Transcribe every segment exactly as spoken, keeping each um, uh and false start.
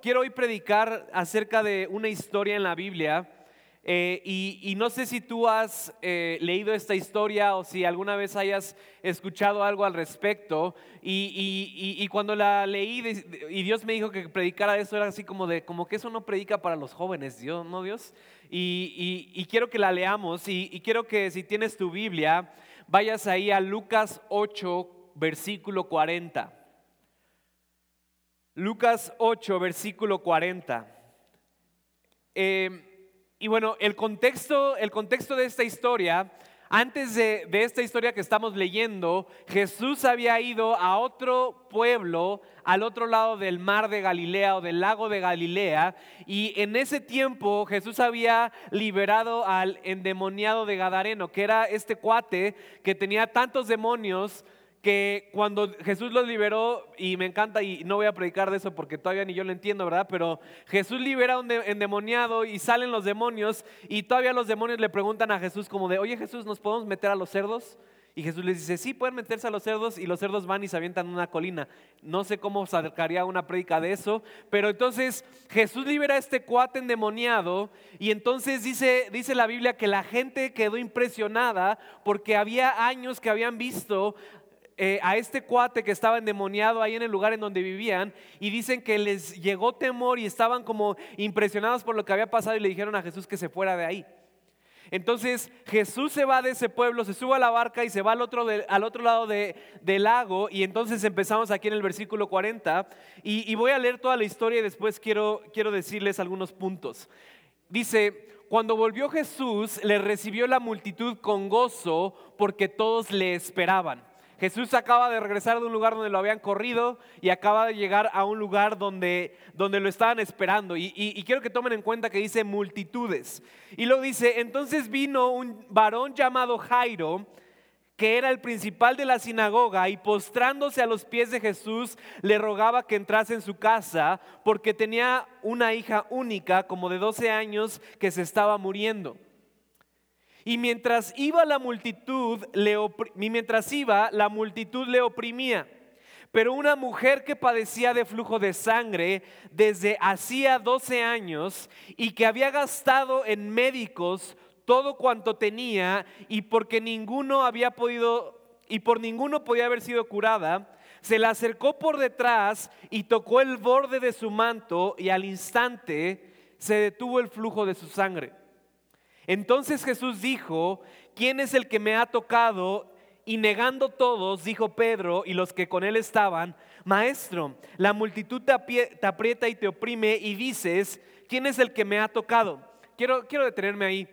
quiero hoy predicar acerca de una historia en la Biblia eh, y, y no sé si tú has eh, leído esta historia o si alguna vez hayas escuchado algo al respecto y, y, y, y cuando la leí de- y Dios me dijo que predicara eso, era así como de, como que eso no predica para los jóvenes, Dios, ¿no, Dios? Y, y, y quiero que la leamos y, y quiero que si tienes tu Biblia vayas ahí a Lucas ocho versículo cuarenta. Lucas ocho, versículo cuarenta. Eh, y bueno, el contexto, el contexto de esta historia, antes de, de esta historia que estamos leyendo, Jesús había ido a otro pueblo, al otro lado del mar de Galilea o del lago de Galilea, y en ese tiempo Jesús había liberado al endemoniado de Gadareno, que era este cuate que tenía tantos demonios que cuando Jesús los liberó, y me encanta, y no voy a predicar de eso porque todavía ni yo lo entiendo, ¿verdad? Pero Jesús libera a un de- endemoniado y salen los demonios, y todavía los demonios le preguntan a Jesús como de, oye Jesús, ¿nos podemos meter a los cerdos? Y Jesús les dice, sí, pueden meterse a los cerdos, y los cerdos van y se avientan en una colina. No sé cómo sacaría una prédica de eso, pero entonces Jesús libera a este cuate endemoniado, y entonces dice, dice la Biblia que la gente quedó impresionada porque había años que habían visto eh, a este cuate que estaba endemoniado ahí en el lugar en donde vivían, y dicen que les llegó temor y estaban como impresionados por lo que había pasado y le dijeron a Jesús que se fuera de ahí. Entonces Jesús se va de ese pueblo, se sube a la barca y se va al otro, de- al otro lado de- del lago, y entonces empezamos aquí en el versículo cuarenta y, y voy a leer toda la historia y después quiero, quiero decirles algunos puntos. Dice, cuando volvió Jesús, le recibió la multitud con gozo porque todos le esperaban. Jesús acaba de regresar de un lugar donde lo habían corrido y acaba de llegar a un lugar donde, donde lo estaban esperando. Y, y- y quiero que tomen en cuenta que dice multitudes. Y luego dice, entonces vino un varón llamado Jairo, que era el principal de la sinagoga, y postrándose a los pies de Jesús, le rogaba que entrase en su casa, porque tenía una hija única, como de doce años, que se estaba muriendo. Y mientras iba la multitud, le opri- y mientras iba, la multitud le oprimía. Pero una mujer que padecía de flujo de sangre desde hacía doce años y que había gastado en médicos todo cuanto tenía, y porque ninguno había podido y por ninguno podía haber sido curada, se le acercó por detrás y tocó el borde de su manto, y al instante se detuvo el flujo de su sangre. Entonces Jesús dijo, ¿quién es el que me ha tocado? Y negando todos, dijo Pedro y los que con él estaban, Maestro, la multitud te, apie- te aprieta y te oprime, y dices, ¿quién es el que me ha tocado? Quiero, quiero detenerme ahí.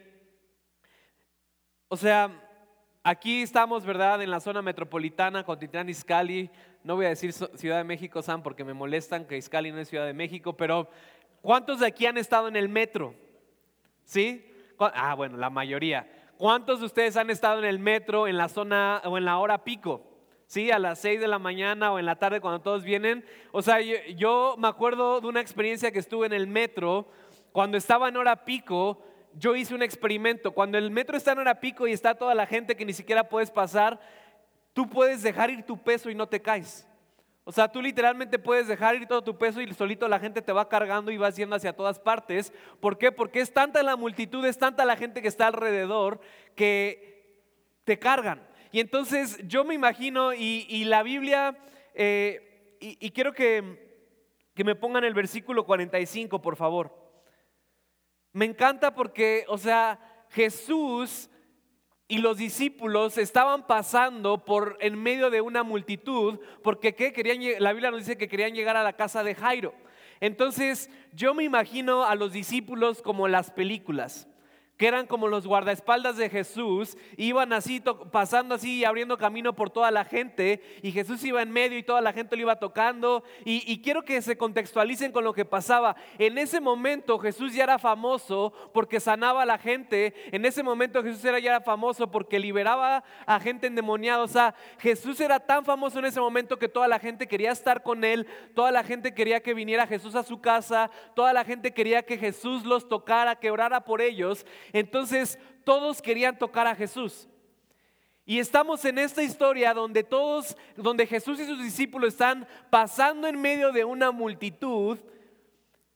O sea, aquí estamos, ¿verdad? En la zona metropolitana, Cotitlán, Izcalli. No voy a decir so- Ciudad de México, Sam, porque me molestan que Izcalli no es Ciudad de México, pero ¿cuántos de aquí han estado en el metro? ¿Sí? ¿Cu- Ah, bueno, la mayoría. ¿Cuántos de ustedes han estado en el metro en la zona o en la hora pico? ¿Sí? A las seis de la mañana o en la tarde cuando todos vienen. O sea, yo, yo me acuerdo de una experiencia que estuve en el metro cuando estaba en hora pico. Yo hice un experimento. Cuando el metro está en hora pico y está toda la gente que ni siquiera puedes pasar, tú puedes dejar ir tu peso y no te caes. O sea, tú literalmente puedes dejar ir todo tu peso y solito la gente te va cargando y vas yendo hacia todas partes. ¿Por qué? Porque es tanta la multitud, es tanta la gente que está alrededor que te cargan. Y entonces yo me imagino, y, y la Biblia, eh, y, y quiero que, que me pongan el versículo cuarenta y cinco, por favor. Me encanta porque, o sea, Jesús y los discípulos estaban pasando por en medio de una multitud, porque ¿qué? Querían, lle- la Biblia nos dice que querían llegar a la casa de Jairo. Entonces yo me imagino a los discípulos como las películas, que eran como los guardaespaldas de Jesús, iban así to- pasando así y abriendo camino por toda la gente, y Jesús iba en medio y toda la gente lo iba tocando. Y, y quiero que se contextualicen con lo que pasaba. En ese momento Jesús ya era famoso porque sanaba a la gente. En ese momento Jesús era, ya era famoso porque liberaba a gente endemoniada. O sea, Jesús era tan famoso en ese momento que toda la gente quería estar con él, toda la gente quería que viniera Jesús a su casa, toda la gente quería que Jesús los tocara, que orara por ellos. Entonces todos querían tocar a Jesús. Y estamos en esta historia donde todos, donde Jesús y sus discípulos están pasando en medio de una multitud,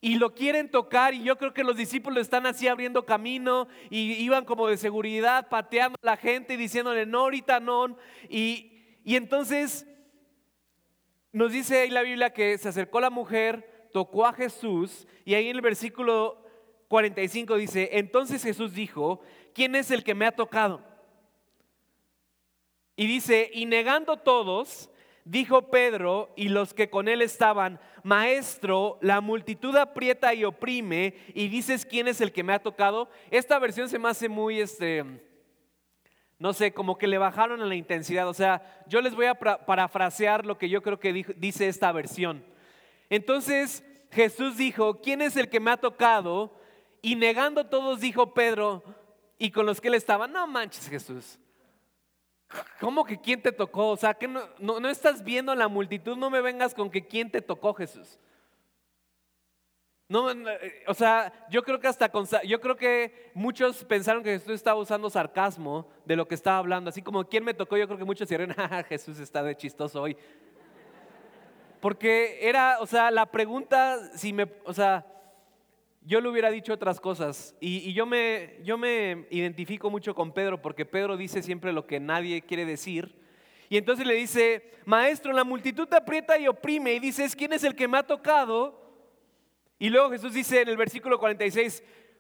y lo quieren tocar, y yo creo que los discípulos están así abriendo camino y iban como de seguridad, pateando a la gente y diciéndole no, ahorita no. Y, y entonces nos dice ahí la Biblia que se acercó la mujer, tocó a Jesús, y ahí en el versículo cuarenta y cinco dice, entonces Jesús dijo, ¿quién es el que me ha tocado? Y dice, y negando todos, dijo Pedro y los que con él estaban, Maestro, la multitud aprieta y oprime, y dices, ¿quién es el que me ha tocado? Esta versión se me hace muy, este, no sé, como que le bajaron a la intensidad. O sea, yo les voy a pra- parafrasear lo que yo creo que dijo- dice esta versión. Entonces Jesús dijo, ¿quién es el que me ha tocado? Y negando todos, dijo Pedro y con los que él estaba, no manches, Jesús, ¿cómo que quién te tocó? O sea, que no, no, no estás viendo la multitud, no me vengas con que quién te tocó, Jesús. No, no, eh, o sea, yo creo que hasta con, sa- yo creo que muchos pensaron que Jesús estaba usando sarcasmo de lo que estaba hablando, así como quién me tocó, yo creo que muchos dijeron, ah, Jesús está de chistoso hoy. Porque era, o sea, la pregunta, si me, o sea, yo le hubiera dicho otras cosas. Y, y yo, me, yo me identifico mucho con Pedro porque Pedro dice siempre lo que nadie quiere decir. Y entonces le dice, maestro, la multitud te aprieta y oprime. Y dices, ¿quién es el que me ha tocado? Y luego Jesús dice en el versículo cuarenta y seis,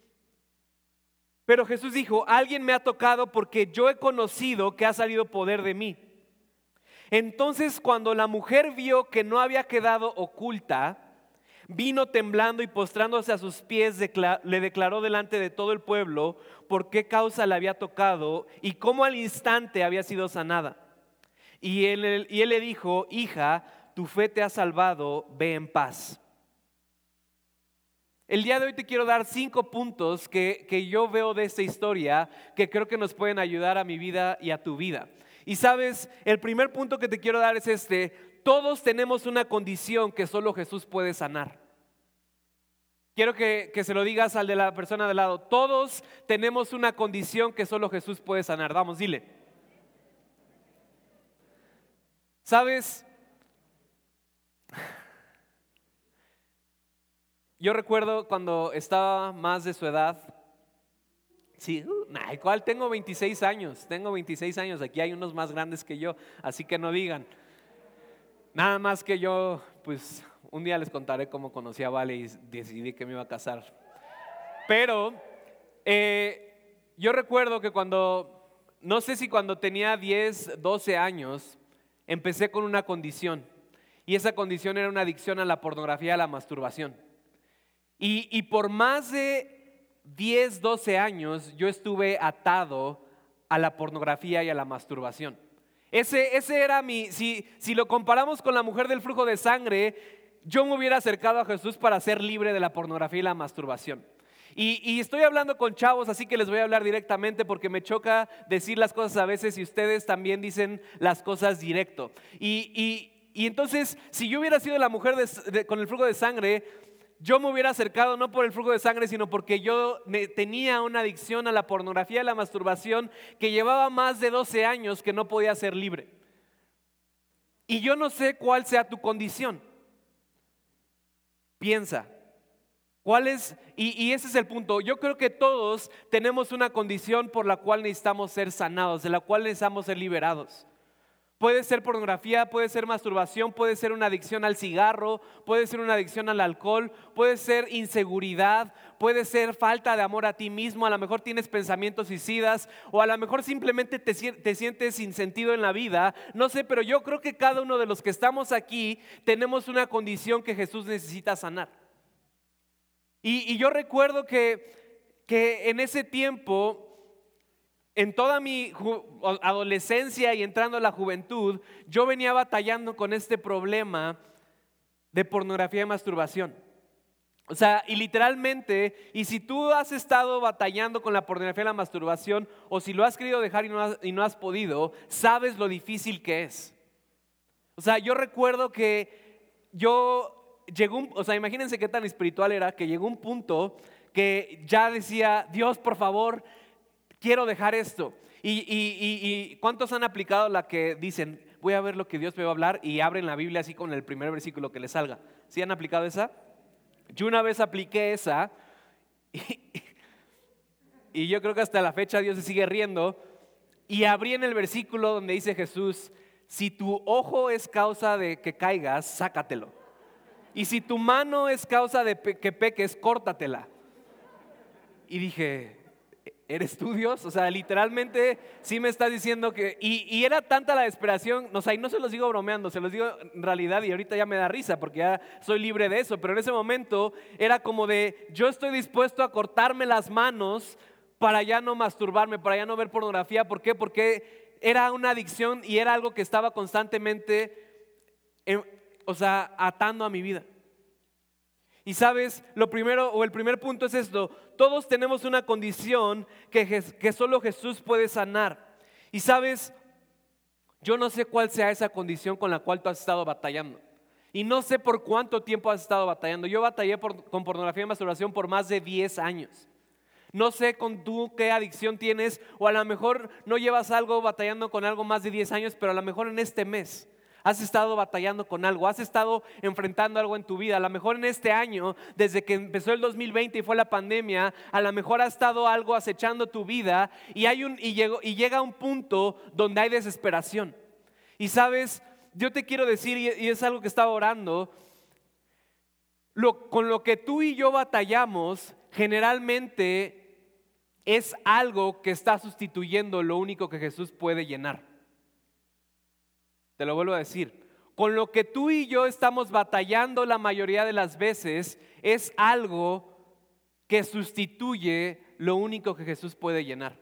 pero Jesús dijo, alguien me ha tocado porque yo he conocido que ha salido poder de mí. Entonces cuando la mujer vio que no había quedado oculta, vino temblando y postrándose a sus pies decla- le declaró delante de todo el pueblo por qué causa le había tocado y cómo al instante había sido sanada. Y él, y él le dijo, hija, tu fe te ha salvado, ve en paz. El día de hoy te quiero dar cinco puntos que, que yo veo de esta historia que creo que nos pueden ayudar a mi vida y a tu vida. Y sabes, el primer punto que te quiero dar es este: todos tenemos una condición que solo Jesús puede sanar. Quiero que, que se lo digas al de la persona de al lado. Todos tenemos una condición que solo Jesús puede sanar. Vamos, dile. ¿Sabes? Yo recuerdo cuando estaba más de su edad. Sí, uh, nah, ¿cuál? Tengo veintiséis años, tengo veintiséis años, aquí hay unos más grandes que yo, así que no digan. Nada más que yo, pues un día les contaré cómo conocí a Vale y decidí que me iba a casar. Pero eh, yo recuerdo que cuando, no sé si cuando tenía diez, doce años, empecé con una condición. Y esa condición era una adicción a la pornografía y a la masturbación. Y, y por más de diez, doce años yo estuve atado a la pornografía y a la masturbación. Ese, ese era mi, si, si lo comparamos con la mujer del flujo de sangre, yo me hubiera acercado a Jesús para ser libre de la pornografía y la masturbación. Y, y estoy hablando con chavos, así que les voy a hablar directamente porque me choca decir las cosas a veces y ustedes también dicen las cosas directo. Y, y, y entonces, si yo hubiera sido la mujer de, de, con el flujo de sangre, yo me hubiera acercado no por el flujo de sangre, sino porque yo me, tenía una adicción a la pornografía y a la masturbación que llevaba más de doce años que no podía ser libre. Y yo no sé cuál sea tu condición. Piensa, ¿cuál es? Y, y ese es el punto. Yo creo que todos tenemos una condición por la cual necesitamos ser sanados, de la cual necesitamos ser liberados. Puede ser pornografía, puede ser masturbación, puede ser una adicción al cigarro, puede ser una adicción al alcohol, puede ser inseguridad, puede ser falta de amor a ti mismo, a lo mejor tienes pensamientos suicidas o a lo mejor simplemente te, te sientes sin sentido en la vida, no sé, pero yo creo que cada uno de los que estamos aquí tenemos una condición que Jesús necesita sanar. Y, y yo recuerdo que, que en ese tiempo, en toda mi adolescencia y entrando a la juventud, yo venía batallando con este problema de pornografía y masturbación. O sea, y literalmente, y si tú has estado batallando con la pornografía y la masturbación, o si lo has querido dejar y no has, y no has podido, sabes lo difícil que es. O sea, yo recuerdo que yo llegó un, o sea, imagínense qué tan espiritual era, que llegó un punto que ya decía, Dios, por favor, quiero dejar esto. Y, y, y, y ¿cuántos han aplicado la que dicen, voy a ver lo que Dios me va a hablar y abren la Biblia así con el primer versículo que les salga? ¿Sí han aplicado esa? Yo una vez apliqué esa y, y yo creo que hasta la fecha Dios se sigue riendo. Y abrí en el versículo donde dice Jesús: si tu ojo es causa de que caigas, sácatelo. Y si tu mano es causa de pe- que peques, córtatela. Y dije, ¿eres tú, Dios? O sea, literalmente sí me estás diciendo que... Y, y era tanta la desesperación, o sea, y no se los digo bromeando, se los digo en realidad, y ahorita ya me da risa porque ya soy libre de eso. Pero en ese momento era como de, yo estoy dispuesto a cortarme las manos para ya no masturbarme, para ya no ver pornografía. ¿Por qué? Porque era una adicción y era algo que estaba constantemente, en- o sea, atando a mi vida. Y sabes, lo primero o el primer punto es esto: todos tenemos una condición que, Jes- que solo Jesús puede sanar. Y sabes, yo no sé cuál sea esa condición con la cual tú has estado batallando. Y no sé por cuánto tiempo has estado batallando. Yo batallé por- con pornografía y masturbación por más de diez años. No sé con tú qué adicción tienes, o a lo mejor no llevas algo batallando con algo más de diez años, pero a lo mejor en este mes has estado batallando con algo, has estado enfrentando algo en tu vida. A lo mejor en este año, desde que empezó el dos mil veinte y fue la pandemia, a lo mejor ha estado algo acechando tu vida y, hay un, y, llegó- y llega un punto donde hay desesperación. Y sabes, yo te quiero decir, y y es algo que estaba orando, lo- con lo que tú y yo batallamos generalmente es algo que está sustituyendo lo único que Jesús puede llenar. Te lo vuelvo a decir. Con lo que tú y yo estamos batallando la mayoría de las veces es algo que sustituye lo único que Jesús puede llenar.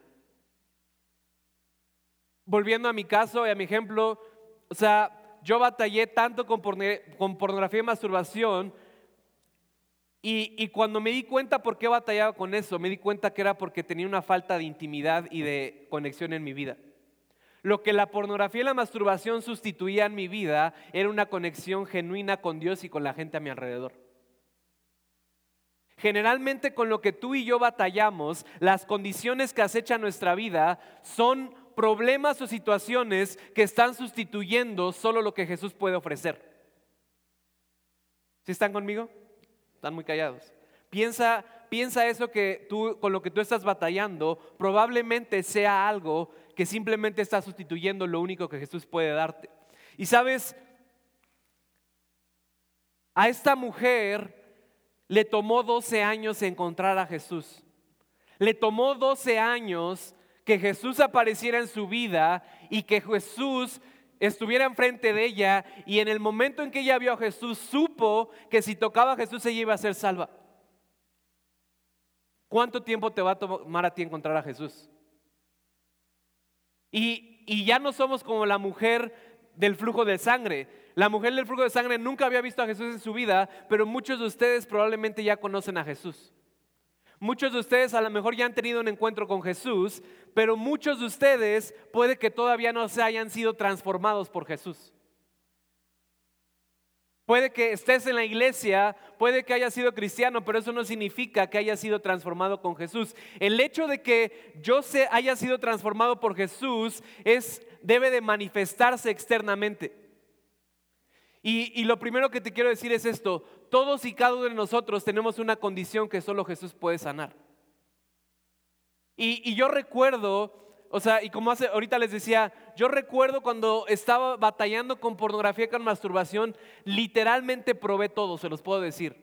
Volviendo a mi caso y a mi ejemplo, o sea, yo batallé tanto con, porne- con pornografía y masturbación. Y, y cuando me di cuenta por qué batallaba con eso, me di cuenta que era porque tenía una falta de intimidad y de conexión en mi vida. Lo que la pornografía y la masturbación sustituían en mi vida era una conexión genuina con Dios y con la gente a mi alrededor. Generalmente con lo que tú y yo batallamos, las condiciones que acechan nuestra vida son problemas o situaciones que están sustituyendo solo lo que Jesús puede ofrecer. ¿Sí están conmigo? Están muy callados. Piensa, piensa eso que tú, con lo que tú estás batallando, probablemente sea algo que simplemente está sustituyendo lo único que Jesús puede darte. Y sabes, a esta mujer le tomó doce años encontrar a Jesús. Le tomó doce años que Jesús apareciera en su vida y que Jesús estuviera enfrente de ella, y en el momento en que ella vio a Jesús, supo que si tocaba a Jesús ella iba a ser salva. ¿Cuánto tiempo te va a tomar a ti encontrar a Jesús? Y, y ya no somos como la mujer del flujo de sangre. La mujer del flujo de sangre nunca había visto a Jesús en su vida, pero muchos de ustedes probablemente ya conocen a Jesús. Muchos de ustedes a lo mejor ya han tenido un encuentro con Jesús, pero muchos de ustedes puede que todavía no se hayan sido transformados por Jesús. Puede que estés en la iglesia, puede que hayas sido cristiano, pero eso no significa que hayas sido transformado con Jesús. El hecho de que yo se haya sido transformado por Jesús es, debe de manifestarse externamente. Y, y lo primero que te quiero decir es esto: todos y cada uno de nosotros tenemos una condición que solo Jesús puede sanar. Y, y yo recuerdo, o sea, y como hace, ahorita les decía, yo recuerdo cuando estaba batallando con pornografía y con masturbación, literalmente probé todo, se los puedo decir.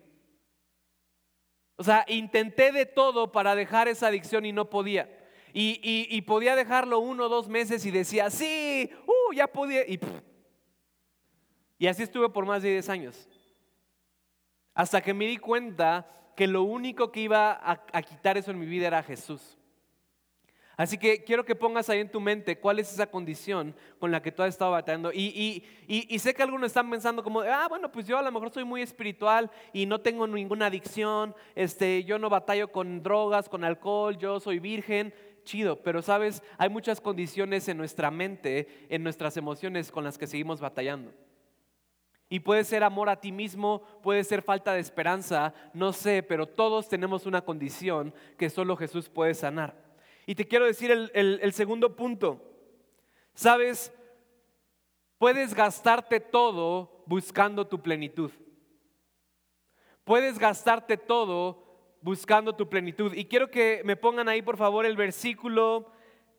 O sea, intenté de todo para dejar esa adicción y no podía. Y, y- y podía dejarlo uno o dos meses y decía, sí, uh, ya podía. Y, pff, y así estuve por más de diez años. Hasta que me di cuenta que lo único que iba a, a quitar eso en mi vida era Jesús. Así que quiero que pongas ahí en tu mente cuál es esa condición con la que tú has estado batallando. Y, y- y- y sé que algunos están pensando como, ah, bueno, pues yo a lo mejor soy muy espiritual y no tengo ninguna adicción, este, yo no batallo con drogas, con alcohol, yo soy virgen. Chido, pero sabes, hay muchas condiciones en nuestra mente, en nuestras emociones con las que seguimos batallando. Y puede ser amor a ti mismo, puede ser falta de esperanza, no sé, pero todos tenemos una condición que solo Jesús puede sanar. Y te quiero decir el, el- el segundo punto. Sabes, puedes gastarte todo buscando tu plenitud. puedes gastarte todo buscando tu plenitud. Y quiero que me pongan ahí por favor el versículo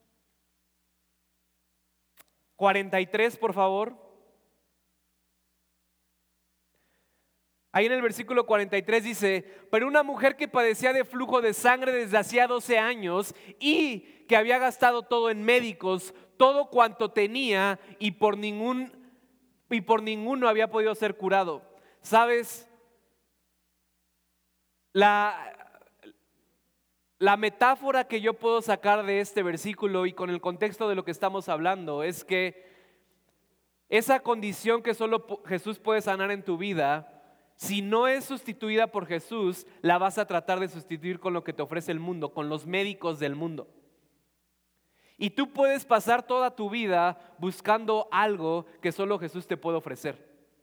cuarenta y tres, por favor. Ahí en el versículo cuarenta y tres dice: pero una mujer que padecía de flujo de sangre desde hacía doce años y que había gastado todo en médicos, todo cuanto tenía, y por ningún y por ninguno había podido ser curado. ¿Sabes? La, la metáfora que yo puedo sacar de este versículo y con el contexto de lo que estamos hablando es que esa condición que solo Jesús puede sanar en tu vida, si no es sustituida por Jesús, la vas a tratar de sustituir con lo que te ofrece el mundo, con los médicos del mundo. Y tú puedes pasar toda tu vida buscando algo que solo Jesús te puede ofrecer.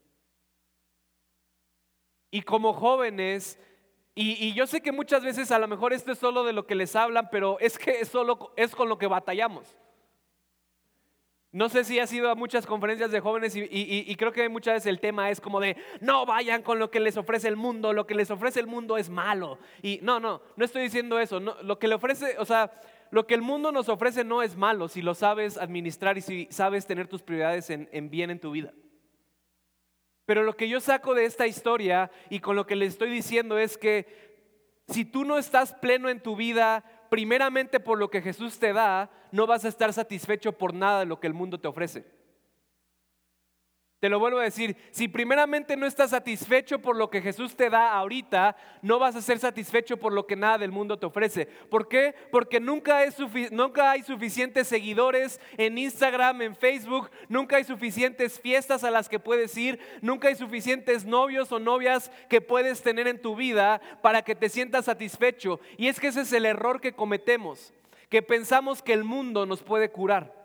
Y como jóvenes, y, y yo sé que muchas veces a lo mejor esto es solo de lo que les hablan, pero es que es, solo, es con lo que batallamos. No sé si has ido a muchas conferencias de jóvenes y, y, y creo que muchas veces el tema es como de no vayan con lo que les ofrece el mundo, lo que les ofrece el mundo es malo. Y no, no, no estoy diciendo eso. No, lo que le ofrece, o sea, lo que el mundo nos ofrece no es malo si lo sabes administrar y si sabes tener tus prioridades en, en bien en tu vida. Pero lo que yo saco de esta historia y con lo que les estoy diciendo es que si tú no estás pleno en tu vida, primeramente por lo que Jesús te da, no vas a estar satisfecho por nada de lo que el mundo te ofrece. Te lo vuelvo a decir, si primeramente no estás satisfecho por lo que Jesús te da ahorita, no vas a ser satisfecho por lo que nada del mundo te ofrece. ¿Por qué? Porque nunca, es sufi- nunca hay suficientes seguidores en Instagram, en Facebook, nunca hay suficientes fiestas a las que puedes ir, nunca hay suficientes novios o novias que puedes tener en tu vida para que te sientas satisfecho. Y es que ese es el error que cometemos, que pensamos que el mundo nos puede curar.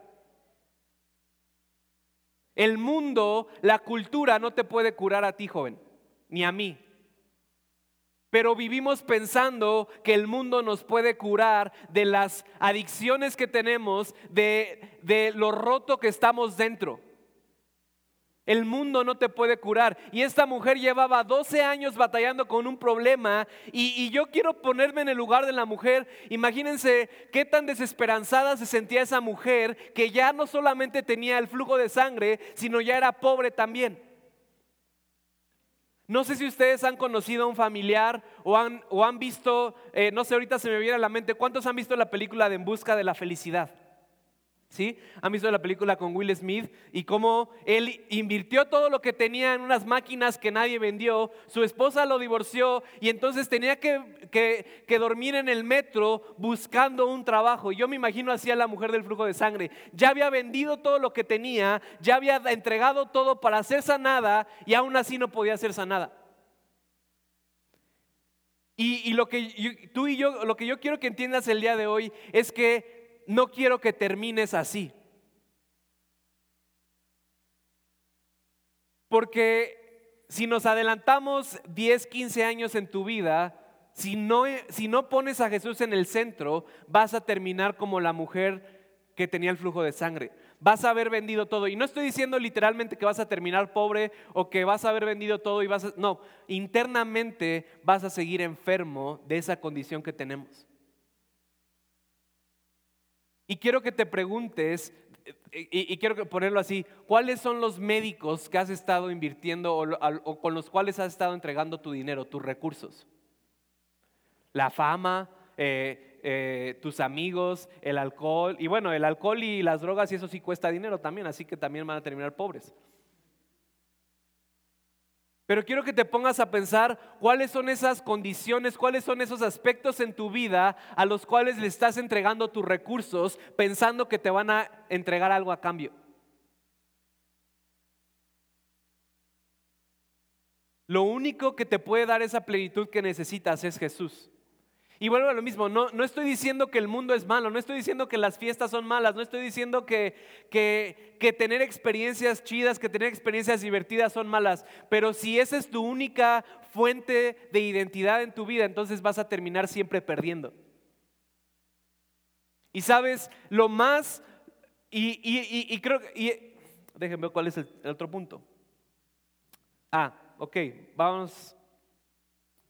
El mundo, la cultura no te puede curar a ti, joven, ni a mí. Pero vivimos pensando que el mundo nos puede curar de las adicciones que tenemos, de, de lo roto que estamos dentro. El mundo no te puede curar. Y esta mujer llevaba doce años batallando con un problema. Y, y yo quiero ponerme en el lugar de la mujer. Imagínense qué tan desesperanzada se sentía esa mujer, que ya no solamente tenía el flujo de sangre, sino ya era pobre también. No sé si ustedes han conocido a un familiar o han, o han visto, eh, no sé, ahorita se me viene a la mente, ¿cuántos han visto la película de En Busca de la Felicidad? ¿Sí? Han visto la película con Will Smith y cómo él invirtió todo lo que tenía en unas máquinas que nadie vendió, su esposa lo divorció y entonces tenía que, que, que dormir en el metro buscando un trabajo. Y yo me imagino así a la mujer del flujo de sangre. Ya había vendido todo lo que tenía, ya había entregado todo para ser sanada y aún así no podía ser sanada. Y, y lo que yo, tú y yo, lo que yo quiero que entiendas el día de hoy es que no quiero que termines así. Porque si nos adelantamos diez, quince años en tu vida, si no, si no pones a Jesús en el centro, vas a terminar como la mujer que tenía el flujo de sangre. Vas a haber vendido todo. Y no estoy diciendo literalmente que vas a terminar pobre o que vas a haber vendido todo y vas a... No, internamente vas a seguir enfermo de esa condición que tenemos. Y quiero que te preguntes, y, y quiero ponerlo así, ¿cuáles son los médicos que has estado invirtiendo o, o con los cuales has estado entregando tu dinero, tus recursos? La fama, eh, eh, tus amigos, el alcohol. Y bueno, el alcohol y las drogas y eso sí cuesta dinero también, así que también van a terminar pobres. Pero quiero que te pongas a pensar cuáles son esas condiciones, cuáles son esos aspectos en tu vida a los cuales le estás entregando tus recursos pensando que te van a entregar algo a cambio. Lo único que te puede dar esa plenitud que necesitas es Jesús. Y vuelvo a lo mismo, no, no estoy diciendo que el mundo es malo, no estoy diciendo que las fiestas son malas, no estoy diciendo que, que, que tener experiencias chidas, que tener experiencias divertidas son malas, pero si esa es tu única fuente de identidad en tu vida, entonces vas a terminar siempre perdiendo. Y sabes, lo más, y, y, y, y creo que, y, déjenme ver cuál es el, el otro punto. Ah, ok, vamos.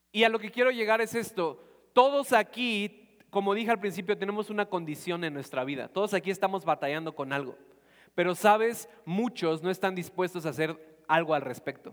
Y a lo que quiero llegar es esto. Todos aquí, como dije al principio, tenemos una condición en nuestra vida. Todos aquí estamos batallando con algo. Pero sabes, muchos no están dispuestos a hacer algo al respecto.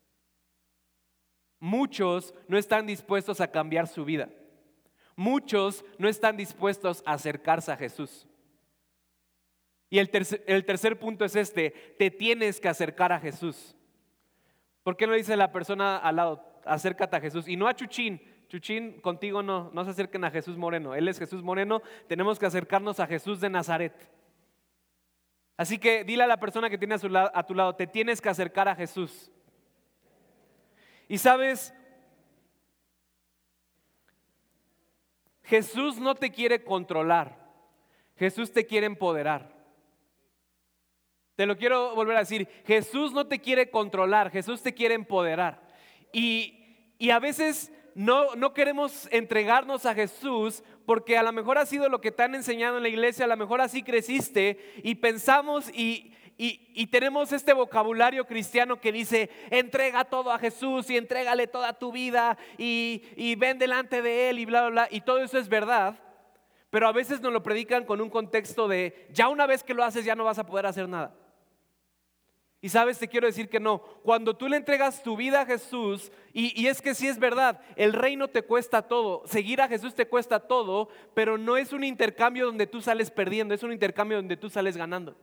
Muchos no están dispuestos a cambiar su vida. Muchos no están dispuestos a acercarse a Jesús. Y el tercer, el tercer punto es este: te tienes que acercar a Jesús. ¿Por qué no dice la persona al lado, acércate a Jesús? Y no a Chuchín. Chuchín, contigo no, no se acerquen a Jesús Moreno. Él es Jesús Moreno, tenemos que acercarnos a Jesús de Nazaret. Así que dile a la persona que tiene a, su lado, a tu lado, te tienes que acercar a Jesús. Y sabes, Jesús no te quiere controlar, Jesús te quiere empoderar. Te lo quiero volver a decir, Jesús no te quiere controlar, Jesús te quiere empoderar. Y, y a veces no, no queremos entregarnos a Jesús porque a lo mejor ha sido lo que te han enseñado en la iglesia, a lo mejor así creciste y pensamos y, y, y tenemos este vocabulario cristiano que dice, entrega todo a Jesús y entrégale toda tu vida y, y ven delante de Él y bla, bla, bla. Y todo eso es verdad, pero a veces nos lo predican con un contexto de, ya una vez que lo haces ya no vas a poder hacer nada. Y sabes, te quiero decir que no. Cuando tú le entregas tu vida a Jesús, y, y es que sí es verdad, el reino te cuesta todo, seguir a Jesús te cuesta todo, pero no es un intercambio donde tú sales perdiendo, es un intercambio donde tú sales ganando.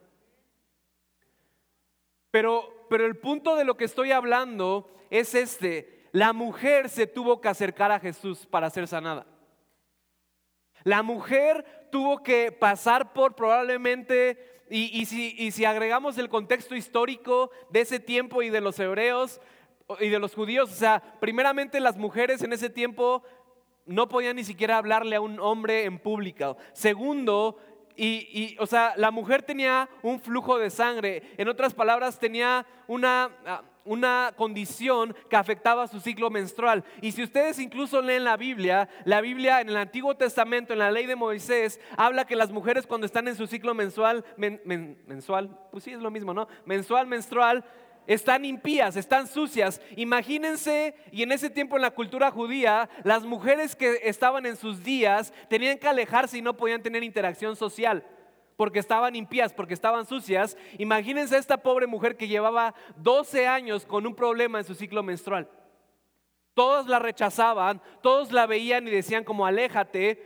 Pero, pero el punto de lo que estoy hablando es este: la mujer se tuvo que acercar a Jesús para ser sanada. La mujer tuvo que pasar por probablemente... Y, y, si, y si agregamos el contexto histórico de ese tiempo y de los hebreos y de los judíos, o sea, primeramente las mujeres en ese tiempo no podían ni siquiera hablarle a un hombre en público. Segundo, y, y, o sea, la mujer tenía un flujo de sangre. En otras palabras, tenía una... una condición que afectaba su ciclo menstrual. Y si ustedes incluso leen la Biblia, la Biblia en el Antiguo Testamento, en la ley de Moisés, habla que las mujeres cuando están en su ciclo mensual, men, men, mensual, pues sí es lo mismo, ¿no? Mensual, menstrual, están impías, están sucias. Imagínense, y en ese tiempo en la cultura judía, las mujeres que estaban en sus días tenían que alejarse y no podían tener interacción social, porque estaban impías, porque estaban sucias. Imagínense a esta pobre mujer que llevaba doce años con un problema en su ciclo menstrual. Todos la rechazaban, todos la veían y decían como aléjate.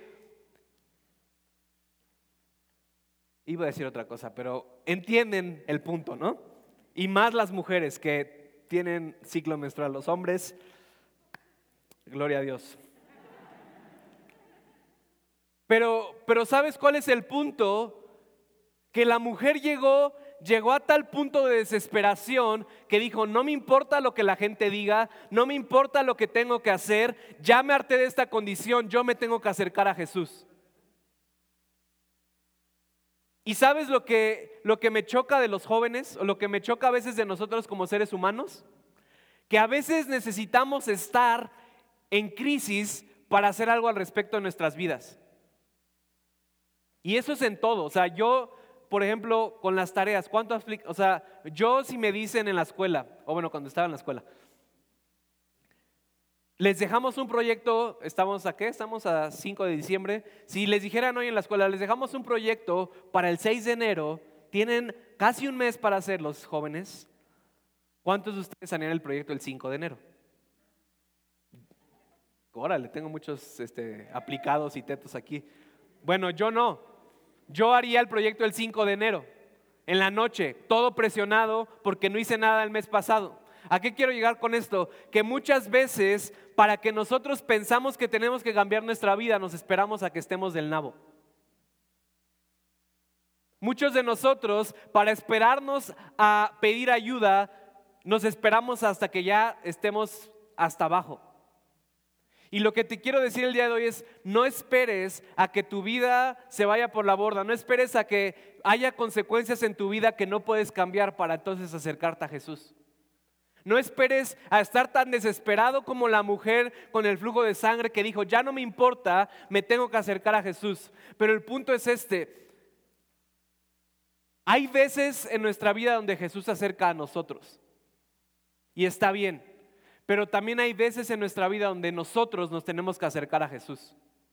Iba a decir otra cosa, pero entienden el punto, ¿no? Y más las mujeres que tienen ciclo menstrual. Los hombres, gloria a Dios. Pero, pero ¿sabes cuál es el punto? Que la mujer llegó, llegó a tal punto de desesperación que dijo, no me importa lo que la gente diga, no me importa lo que tengo que hacer, ya me harté de esta condición, yo me tengo que acercar a Jesús. ¿Y sabes lo que, lo que me choca de los jóvenes o lo que me choca a veces de nosotros como seres humanos? Que a veces necesitamos estar en crisis para hacer algo al respecto de nuestras vidas. Y eso es en todo, o sea, yo... Por ejemplo, con las tareas, ¿cuánto aflic- O sea, yo si me dicen en la escuela, o bueno, cuando estaba en la escuela, les dejamos un proyecto, estamos a qué, estamos a cinco de diciembre, si les dijeran hoy en la escuela, les dejamos un proyecto para el seis de enero, tienen casi un mes para hacerlo, jóvenes, ¿cuántos de ustedes harían el proyecto el cinco de enero? Órale, tengo muchos este, aplicados y tetos aquí. Bueno, yo no. Yo haría el proyecto el cinco de enero, en la noche, todo presionado porque no hice nada el mes pasado. ¿A qué quiero llegar con esto? Que muchas veces para que nosotros pensamos que tenemos que cambiar nuestra vida, nos esperamos a que estemos del nabo. Muchos de nosotros, para esperarnos a pedir ayuda, nos esperamos hasta que ya estemos hasta abajo. Y lo que te quiero decir el día de hoy es, no esperes a que tu vida se vaya por la borda, no esperes a que haya consecuencias en tu vida que no puedes cambiar para entonces acercarte a Jesús. No esperes a estar tan desesperado como la mujer con el flujo de sangre que dijo, ya no me importa, me tengo que acercar a Jesús. Pero el punto es este, hay veces en nuestra vida donde Jesús se acerca a nosotros y está bien. Pero también hay veces en nuestra vida donde nosotros nos tenemos que acercar a Jesús.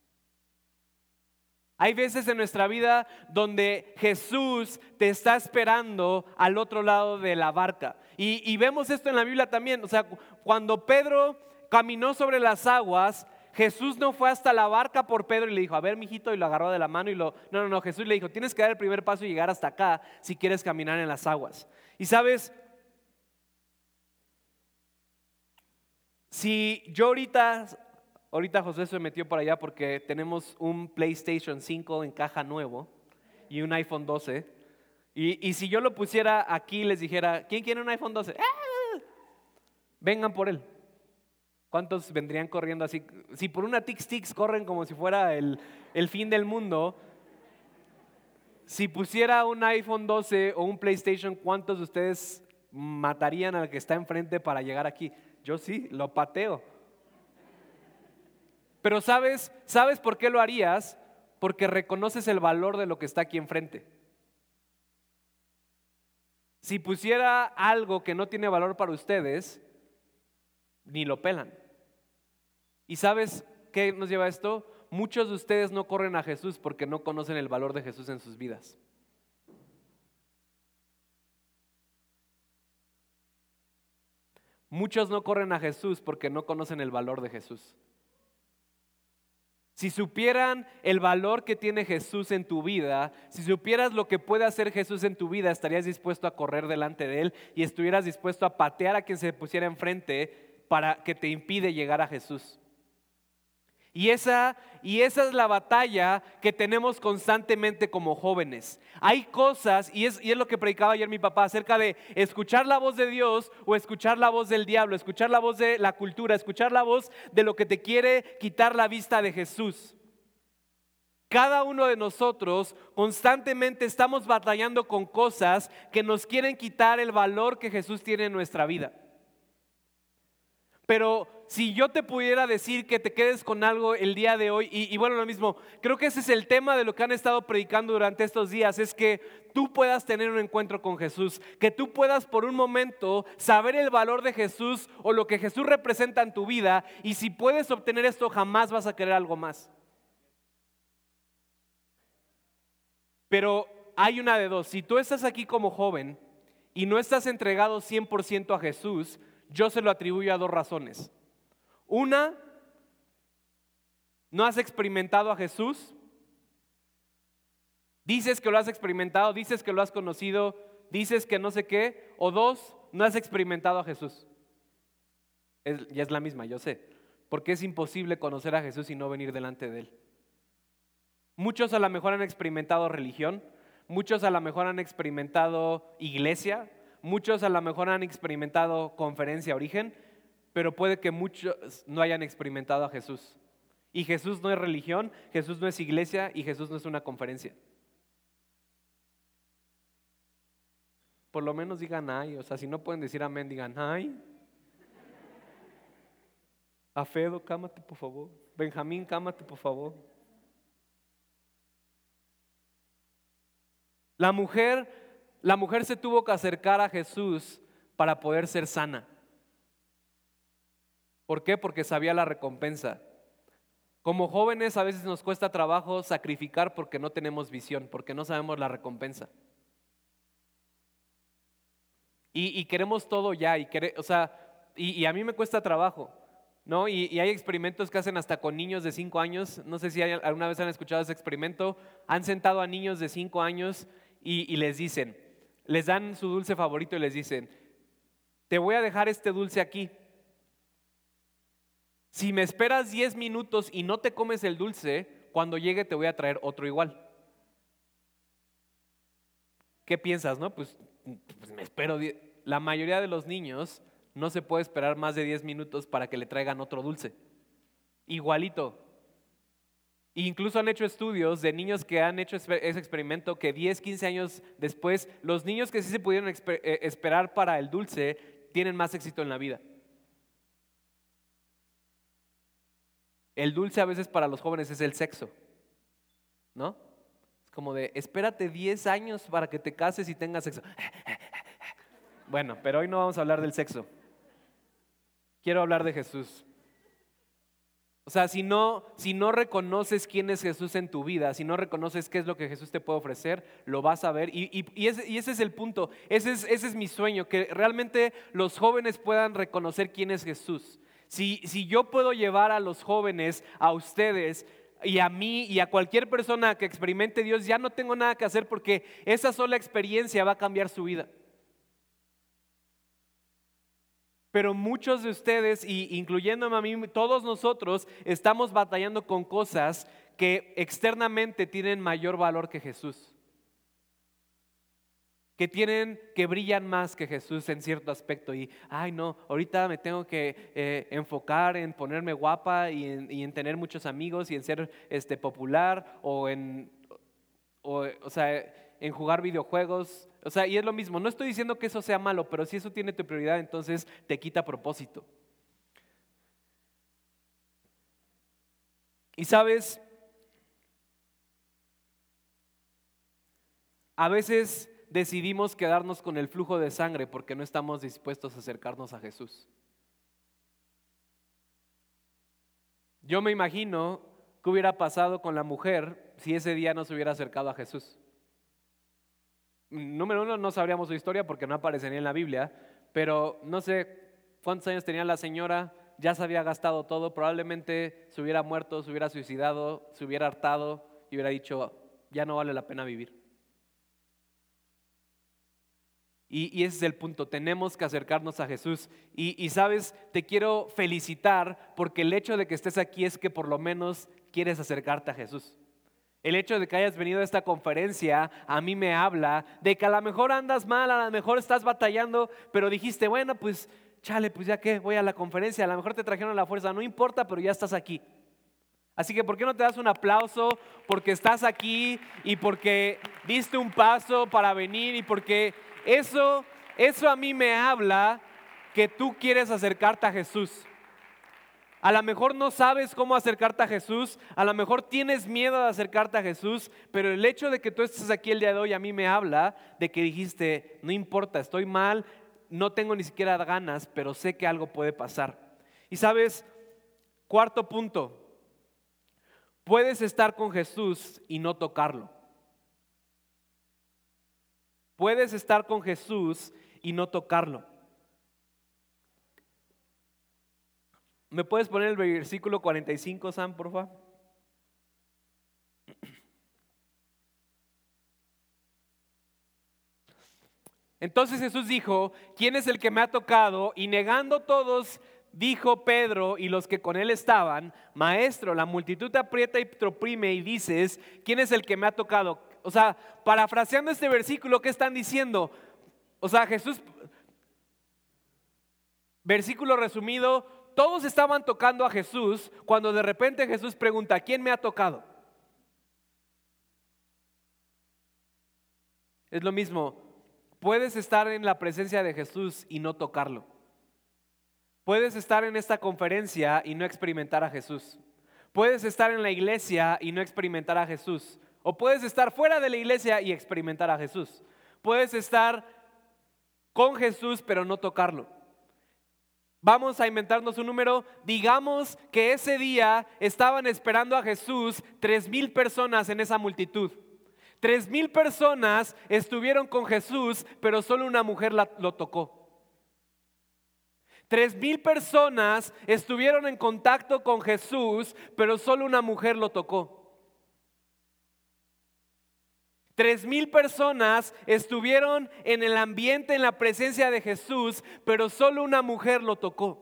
Hay veces en nuestra vida donde Jesús te está esperando al otro lado de la barca. Y, y vemos esto en la Biblia también. O sea, cuando Pedro caminó sobre las aguas, Jesús no fue hasta la barca por Pedro y le dijo, a ver, mijito, y lo agarró de la mano y lo... No, no, no, Jesús le dijo, tienes que dar el primer paso y llegar hasta acá si quieres caminar en las aguas. Y sabes, si yo ahorita... Ahorita José se metió por allá porque tenemos un PlayStation cinco en caja nuevo y un iPhone doce. Y, y si yo lo pusiera aquí y les dijera, ¿quién quiere un iPhone doce? ¡Ah! Vengan por él. ¿Cuántos vendrían corriendo así? Si por una Tix Tix corren como si fuera el, el fin del mundo, si pusiera un iPhone doce o un PlayStation, ¿cuántos de ustedes matarían al que está enfrente para llegar aquí? Yo sí, lo pateo. Pero ¿sabes, ¿sabes por qué lo harías? Porque reconoces el valor de lo que está aquí enfrente. Si pusiera algo que no tiene valor para ustedes, ni lo pelan. ¿Y sabes qué nos lleva a esto? Muchos de ustedes no corren a Jesús porque no conocen el valor de Jesús en sus vidas. Muchos no corren a Jesús porque no conocen el valor de Jesús. Si supieran el valor que tiene Jesús en tu vida, si supieras lo que puede hacer Jesús en tu vida, estarías dispuesto a correr delante de Él y estuvieras dispuesto a patear a quien se pusiera enfrente para que te impide llegar a Jesús. Y esa, y esa es la batalla que tenemos constantemente como jóvenes. Hay cosas, y es, y es lo que predicaba ayer mi papá, acerca de escuchar la voz de Dios o escuchar la voz del diablo, escuchar la voz de la cultura, escuchar la voz de lo que te quiere quitar la vista de Jesús. Cada uno de nosotros constantemente estamos batallando con cosas que nos quieren quitar el valor que Jesús tiene en nuestra vida. Pero si yo te pudiera decir que te quedes con algo el día de hoy, y, y bueno, lo mismo, creo que ese es el tema de lo que han estado predicando durante estos días, es que tú puedas tener un encuentro con Jesús, que tú puedas por un momento saber el valor de Jesús o lo que Jesús representa en tu vida, y si puedes obtener esto, jamás vas a querer algo más. Pero hay una de dos, si tú estás aquí como joven y no estás entregado cien por ciento a Jesús, yo se lo atribuyo a dos razones. Una, no has experimentado a Jesús. Dices que lo has experimentado, dices que lo has conocido, dices que no sé qué. O dos, no has experimentado a Jesús. Es, ya es la misma, yo sé. Porque es imposible conocer a Jesús y no venir delante de Él. Muchos a lo mejor han experimentado religión, muchos a lo mejor han experimentado iglesia, muchos a lo mejor han experimentado conferencia origen, pero puede que muchos no hayan experimentado a Jesús. Y Jesús no es religión, Jesús no es iglesia y Jesús no es una conferencia. Por lo menos digan ay, o sea, si no pueden decir amén, digan ay. Afedo, cámate por favor. Benjamín, cámate por favor. La mujer, la mujer se tuvo que acercar a Jesús para poder ser sana. ¿Por qué? Porque sabía la recompensa. Como jóvenes a veces nos cuesta trabajo sacrificar porque no tenemos visión, porque no sabemos la recompensa. Y, y queremos todo ya, y, quere, o sea, y, y a mí me cuesta trabajo, ¿no? Y, y hay experimentos que hacen hasta con niños de cinco años. No sé si hay, alguna vez han escuchado ese experimento. Han sentado a niños de cinco años y, y les dicen, les dan su dulce favorito y les dicen, te voy a dejar este dulce aquí. Si me esperas diez minutos y no te comes el dulce, cuando llegue te voy a traer otro igual. ¿Qué piensas, no? Pues, pues me espero. La mayoría de los niños no se puede esperar más de diez minutos para que le traigan otro dulce. Igualito. Incluso han hecho estudios de niños que han hecho ese experimento que diez, quince años después, los niños que sí se pudieron esperar para el dulce tienen más éxito en la vida. El dulce a veces para los jóvenes es el sexo, ¿no? Es como de, espérate diez años para que te cases y tengas sexo. Bueno, pero hoy no vamos a hablar del sexo. quiero hablar de Jesús. O sea, si no, si no reconoces quién es Jesús en tu vida, si no reconoces qué es lo que Jesús te puede ofrecer, lo vas a ver. Y, y, y, ese, y ese es el punto, ese es, ese es mi sueño, que realmente los jóvenes puedan reconocer quién es Jesús. Si, si yo puedo llevar a los jóvenes, a ustedes y a mí y a cualquier persona que experimente Dios, ya no tengo nada que hacer porque esa sola experiencia va a cambiar su vida. Pero muchos de ustedes, y incluyéndome a mí, todos nosotros estamos batallando con cosas que externamente tienen mayor valor que Jesús. Que tienen, que brillan más que Jesús en cierto aspecto. Y, ay no, ahorita me tengo que eh, enfocar en ponerme guapa y en, y en tener muchos amigos y en ser este, popular o en, o, o sea, en jugar videojuegos. O sea, y es lo mismo, no estoy diciendo que eso sea malo, pero si eso tiene tu prioridad, entonces te quita propósito. Y sabes, a veces decidimos quedarnos con el flujo de sangre porque no estamos dispuestos a acercarnos a Jesús. Yo me imagino qué hubiera pasado con la mujer si ese día no se hubiera acercado a Jesús. Número uno, no sabríamos su historia porque no aparecería en la Biblia, pero no sé cuántos años tenía la señora, ya se había gastado todo, probablemente se hubiera muerto, se hubiera suicidado, se hubiera hartado y hubiera dicho, ya no vale la pena vivir. Y, y ese es el punto, tenemos que acercarnos a Jesús. Y, y sabes, te quiero felicitar porque el hecho de que estés aquí es que por lo menos quieres acercarte a Jesús. El hecho de que hayas venido a esta conferencia a mí me habla de que a lo mejor andas mal, a lo mejor estás batallando, pero dijiste, bueno, pues chale, pues ya que voy a la conferencia, a lo mejor te trajeron a la fuerza, no importa, pero ya estás aquí. Así que ¿por qué no te das un aplauso porque estás aquí y porque diste un paso para venir y porque eso, eso a mí me habla que tú quieres acercarte a Jesús? A lo mejor no sabes cómo acercarte a Jesús, a lo mejor tienes miedo de acercarte a Jesús, pero el hecho de que tú estés aquí el día de hoy a mí me habla de que dijiste, no importa, estoy mal, no tengo ni siquiera ganas, pero sé que algo puede pasar. Y sabes, cuarto punto, puedes estar con Jesús y no tocarlo. Puedes estar con Jesús y no tocarlo. ¿Me puedes poner el versículo cuarenta y cinco, Sam, por favor? Entonces Jesús dijo, ¿quién es el que me ha tocado? Y negando todos, dijo Pedro y los que con él estaban, Maestro, la multitud te aprieta y te oprime y dices, ¿quién es el que me ha tocado? O sea, parafraseando este versículo, ¿qué están diciendo? O sea, Jesús, versículo resumido, todos estaban tocando a Jesús cuando de repente Jesús pregunta, ¿quién me ha tocado? Es lo mismo, puedes estar en la presencia de Jesús y no tocarlo. Puedes estar en esta conferencia y no experimentar a Jesús. Puedes estar en la iglesia y no experimentar a Jesús. O puedes estar fuera de la iglesia y experimentar a Jesús. Puedes estar con Jesús pero no tocarlo. Vamos a inventarnos un número. Digamos que ese día estaban esperando a Jesús tres mil personas en esa multitud. Tres mil personas estuvieron con Jesús, pero solo una mujer la, lo tocó. Tres mil personas estuvieron en contacto con Jesús, pero solo una mujer lo tocó. Tres mil personas estuvieron en el ambiente, en la presencia de Jesús, pero solo una mujer lo tocó.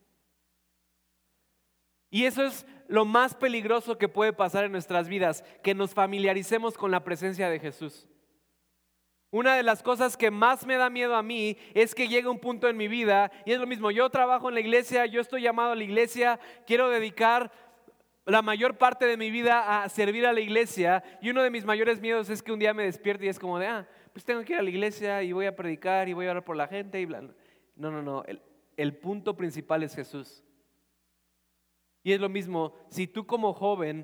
Y eso es lo más peligroso que puede pasar en nuestras vidas, que nos familiaricemos con la presencia de Jesús. Una de las cosas que más me da miedo a mí es que llegue un punto en mi vida, y es lo mismo, yo trabajo en la iglesia, yo estoy llamado a la iglesia, quiero dedicar la mayor parte de mi vida a servir a la iglesia, y uno de mis mayores miedos es que un día me despierte y es como de, ah, pues tengo que ir a la iglesia y voy a predicar y voy a orar por la gente y bla. No, no, no, el, el punto principal es Jesús. Y es lo mismo, si tú como joven,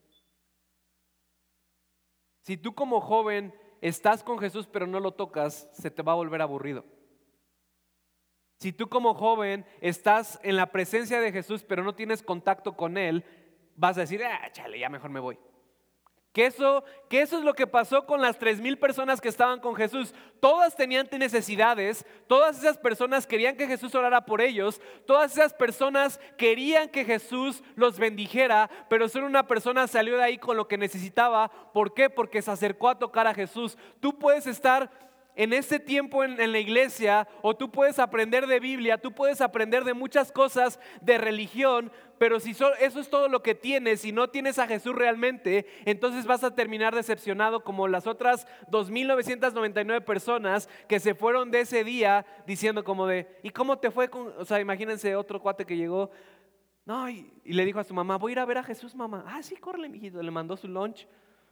si tú como joven estás con Jesús pero no lo tocas, se te va a volver aburrido. Si tú como joven estás en la presencia de Jesús pero no tienes contacto con Él, vas a decir, ah, chale, ya mejor me voy. Que eso, que eso es lo que pasó con las tres mil personas que estaban con Jesús. Todas tenían necesidades, todas esas personas querían que Jesús orara por ellos, todas esas personas querían que Jesús los bendijera, pero solo una persona salió de ahí con lo que necesitaba. ¿Por qué? Porque se acercó a tocar a Jesús. Tú puedes estar en este tiempo en, en la iglesia, o tú puedes aprender de Biblia, tú puedes aprender de muchas cosas de religión, pero si so, eso es todo lo que tienes y no tienes a Jesús realmente, entonces vas a terminar decepcionado como las otras dos mil novecientas noventa y nueve personas que se fueron de ese día diciendo como de, ¿y cómo te fue con? O sea, imagínense otro cuate que llegó, no, y, y le dijo a su mamá, voy a ir a ver a Jesús, mamá. Ah, sí, córrele, mijito, le mandó su lunch.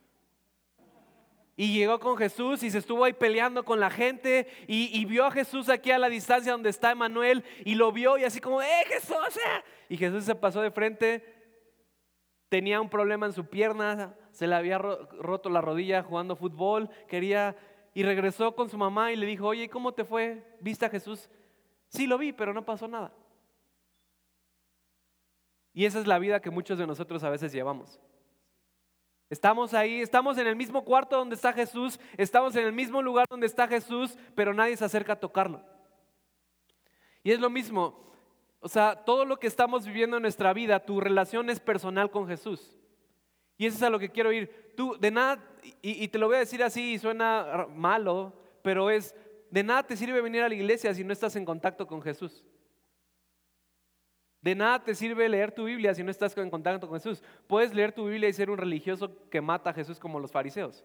Y llegó con Jesús y se estuvo ahí peleando con la gente y, y vio a Jesús aquí a la distancia donde está Emanuel y lo vio y así como, ¡eh, Jesús! Eh! Y Jesús se pasó de frente, tenía un problema en su pierna, se le había ro- roto la rodilla jugando fútbol, quería, y regresó con su mamá y le dijo, oye, ¿cómo te fue? ¿Viste a Jesús? Sí, lo vi, pero no pasó nada. Y esa es la vida que muchos de nosotros a veces llevamos. Estamos ahí, estamos en el mismo cuarto donde está Jesús, estamos en el mismo lugar donde está Jesús, pero nadie se acerca a tocarlo. Y es lo mismo, o sea, todo lo que estamos viviendo en nuestra vida, tu relación es personal con Jesús. Y eso es a lo que quiero ir. Tú, de nada, y, y te lo voy a decir así, y suena malo, pero es, de nada te sirve venir a la iglesia si no estás en contacto con Jesús. De nada te sirve leer tu Biblia si no estás en contacto con Jesús. Puedes leer tu Biblia y ser un religioso que mata a Jesús como los fariseos.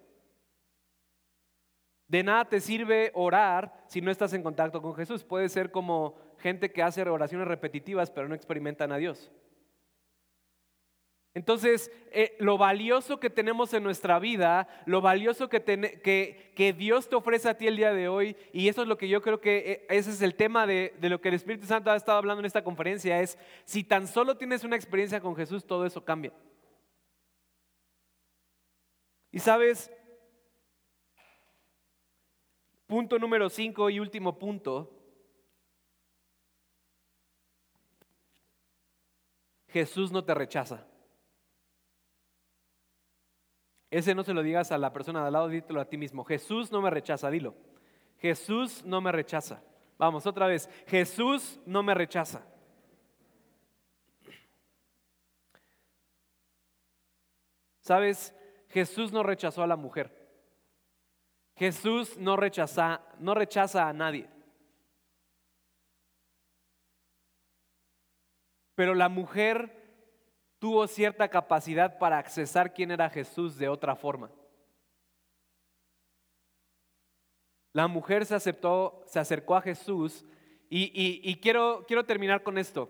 De nada te sirve orar si no estás en contacto con Jesús. Puedes ser como gente que hace oraciones repetitivas pero no experimentan a Dios. Entonces, eh, lo valioso que tenemos en nuestra vida, lo valioso que, ten, que, que Dios te ofrece a ti el día de hoy, y eso es lo que yo creo que eh, ese es el tema de, de lo que el Espíritu Santo ha estado hablando en esta conferencia, es si tan solo tienes una experiencia con Jesús, todo eso cambia. Y sabes, punto número cinco y último punto, Jesús no te rechaza. Ese no se lo digas a la persona de al lado, dítelo a ti mismo. Jesús no me rechaza, dilo. Jesús no me rechaza. Vamos, otra vez. Jesús no me rechaza. ¿Sabes? Jesús no rechazó a la mujer. Jesús no rechaza, no rechaza a nadie. Pero la mujer tuvo cierta capacidad para accesar quién era Jesús de otra forma. La mujer se aceptó, se acercó a Jesús y, y, y quiero, quiero terminar con esto.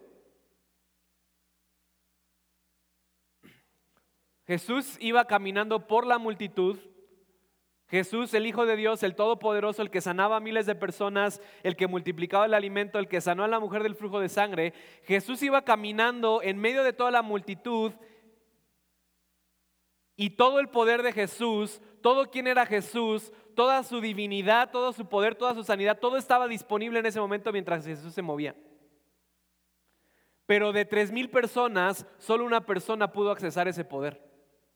Jesús iba caminando por la multitud. Jesús, el Hijo de Dios, el Todopoderoso, el que sanaba a miles de personas, el que multiplicaba el alimento, el que sanó a la mujer del flujo de sangre. Jesús iba caminando en medio de toda la multitud y todo el poder de Jesús, todo quien era Jesús, toda su divinidad, todo su poder, toda su sanidad, todo estaba disponible en ese momento mientras Jesús se movía. Pero de tres mil personas, solo una persona pudo accesar ese poder.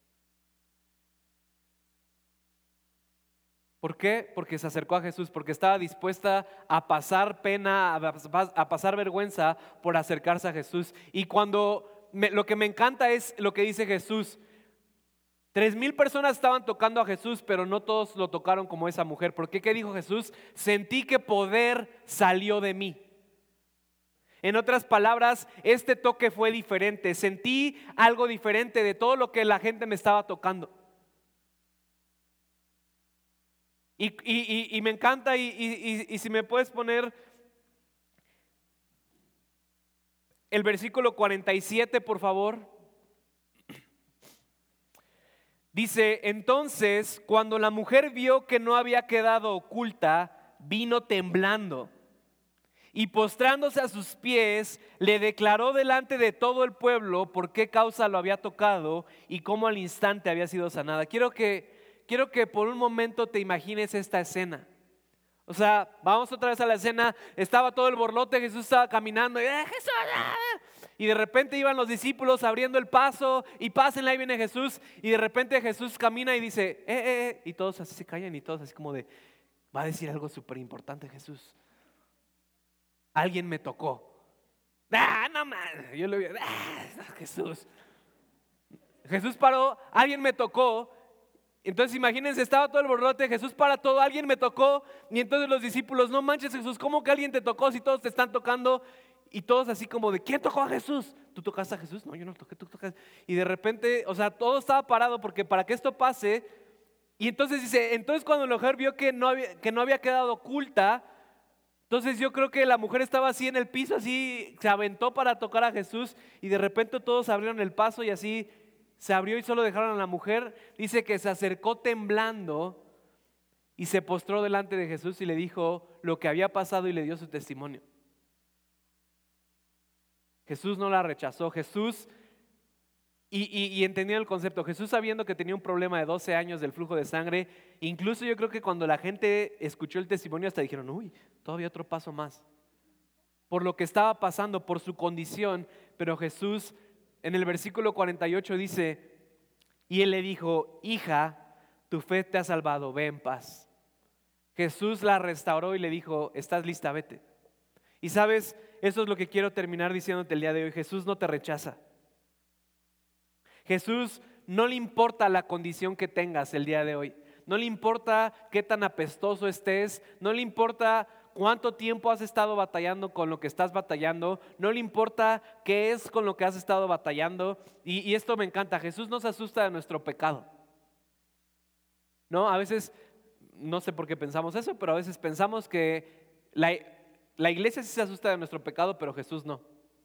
¿Por qué? Porque se acercó a Jesús, porque estaba dispuesta a pasar pena, a pasar vergüenza por acercarse a Jesús. Y cuando me, lo que me encanta es lo que dice Jesús. Tres mil personas estaban tocando a Jesús, pero no todos lo tocaron como esa mujer. ¿Por qué? ¿Qué dijo Jesús? Sentí que poder salió de mí. En otras palabras, este toque fue diferente. Sentí algo diferente de todo lo que la gente me estaba tocando. Y, y, y, y me encanta, y, y, y si me puedes poner el versículo cuarenta y siete, por favor. Dice, entonces, cuando la mujer vio que no había quedado oculta, vino temblando y postrándose a sus pies, le declaró delante de todo el pueblo por qué causa lo había tocado y cómo al instante había sido sanada. Quiero que... Quiero que por un momento te imagines esta escena. O sea, vamos otra vez a la escena, estaba todo el borlote, Jesús estaba caminando y, ¡eh, Jesús! ¡Ah! Y de repente iban los discípulos abriendo el paso y pásenle, ahí viene Jesús. Y de repente Jesús camina y dice, eh, eh, eh, y todos así se callan y todos así como de, va a decir algo súper importante Jesús. Alguien me tocó. Ah, no mames, yo lo vi, ah, Jesús. Jesús paró, alguien me tocó. Entonces imagínense, estaba todo el borlote, Jesús para todo, alguien me tocó. Y entonces los discípulos, no manches Jesús, ¿cómo que alguien te tocó si todos te están tocando? Y todos así como de, ¿quién tocó a Jesús? ¿Tú tocaste a Jesús? No, yo no lo toqué, tú tocaste. Y de repente, o sea, todo estaba parado porque para que esto pase. Y entonces dice, entonces cuando la mujer vio que no había, que no había quedado oculta, entonces yo creo que la mujer estaba así en el piso, así se aventó para tocar a Jesús. Y de repente todos abrieron el paso y así se abrió y solo dejaron a la mujer. Dice que se acercó temblando y se postró delante de Jesús y le dijo lo que había pasado y le dio su testimonio. Jesús no la rechazó. Jesús, y, y, y entendió el concepto, Jesús sabiendo que tenía un problema de doce años del flujo de sangre, incluso yo creo que cuando la gente escuchó el testimonio hasta dijeron, uy, todavía otro paso más. Por lo que estaba pasando, por su condición, pero Jesús en el versículo cuarenta y ocho dice, y él le dijo, hija, tu fe te ha salvado, ve en paz. Jesús la restauró y le dijo, estás lista, vete. Y sabes, eso es lo que quiero terminar diciéndote el día de hoy. Jesús no te rechaza. Jesús no le importa la condición que tengas el día de hoy. No le importa qué tan apestoso estés. No le importa cuánto tiempo has estado batallando con lo que estás batallando. No le importa qué es con lo que has estado batallando. Y, y esto me encanta. Jesús no se asusta de nuestro pecado. No, a veces, no sé por qué pensamos eso, pero a veces pensamos que la La iglesia sí se asusta de nuestro pecado, pero Jesús no.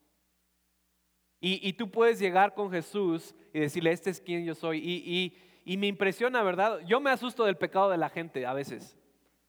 Y, y tú puedes llegar con Jesús y decirle, este es quien yo soy. Y, y, y me impresiona, ¿verdad? Yo me asusto del pecado de la gente a veces.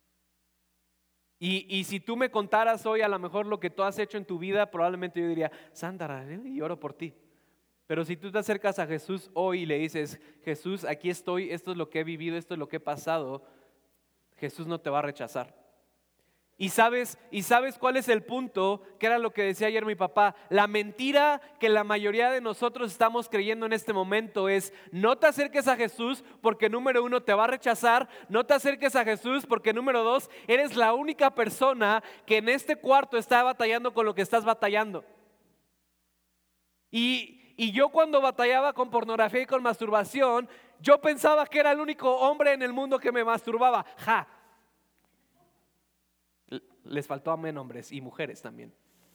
Y, y si tú me contaras hoy a lo mejor lo que tú has hecho en tu vida, probablemente yo diría, Sandra, y oro por ti. Pero si tú te acercas a Jesús hoy y le dices, Jesús, aquí estoy, esto es lo que he vivido, esto es lo que he pasado, Jesús no te va a rechazar. Y sabes, y sabes cuál es el punto, que era lo que decía ayer mi papá. La mentira que la mayoría de nosotros estamos creyendo en este momento es: no te acerques a Jesús porque número uno te va a rechazar. No te acerques a Jesús porque número dos eres la única persona que en este cuarto está batallando con lo que estás batallando. Y, y yo cuando batallaba con pornografía y con masturbación, yo pensaba que era el único hombre en el mundo que me masturbaba. Ja. Les faltó amén, hombres y mujeres también.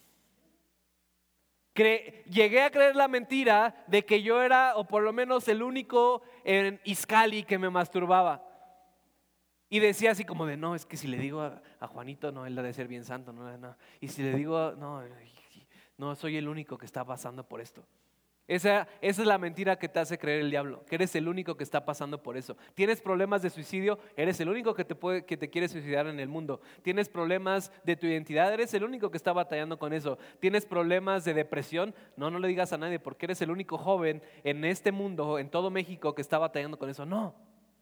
Cre- llegué a creer la mentira de que yo era, o por lo menos el único en Izcali que me masturbaba. Y decía así como de, no, es que si le digo a, a Juanito, no, él ha de ser bien santo, no, no. Y si le digo, no, no, soy el único que está pasando por esto. Esa, esa es la mentira que te hace creer el diablo, que eres el único que está pasando por eso. Tienes problemas de suicidio, eres el único que te, puede, que te quiere suicidar en el mundo. Tienes problemas de tu identidad, eres el único que está batallando con eso. Tienes problemas de depresión, no, no le digas a nadie porque eres el único joven en este mundo, en todo México, que está batallando con eso. No.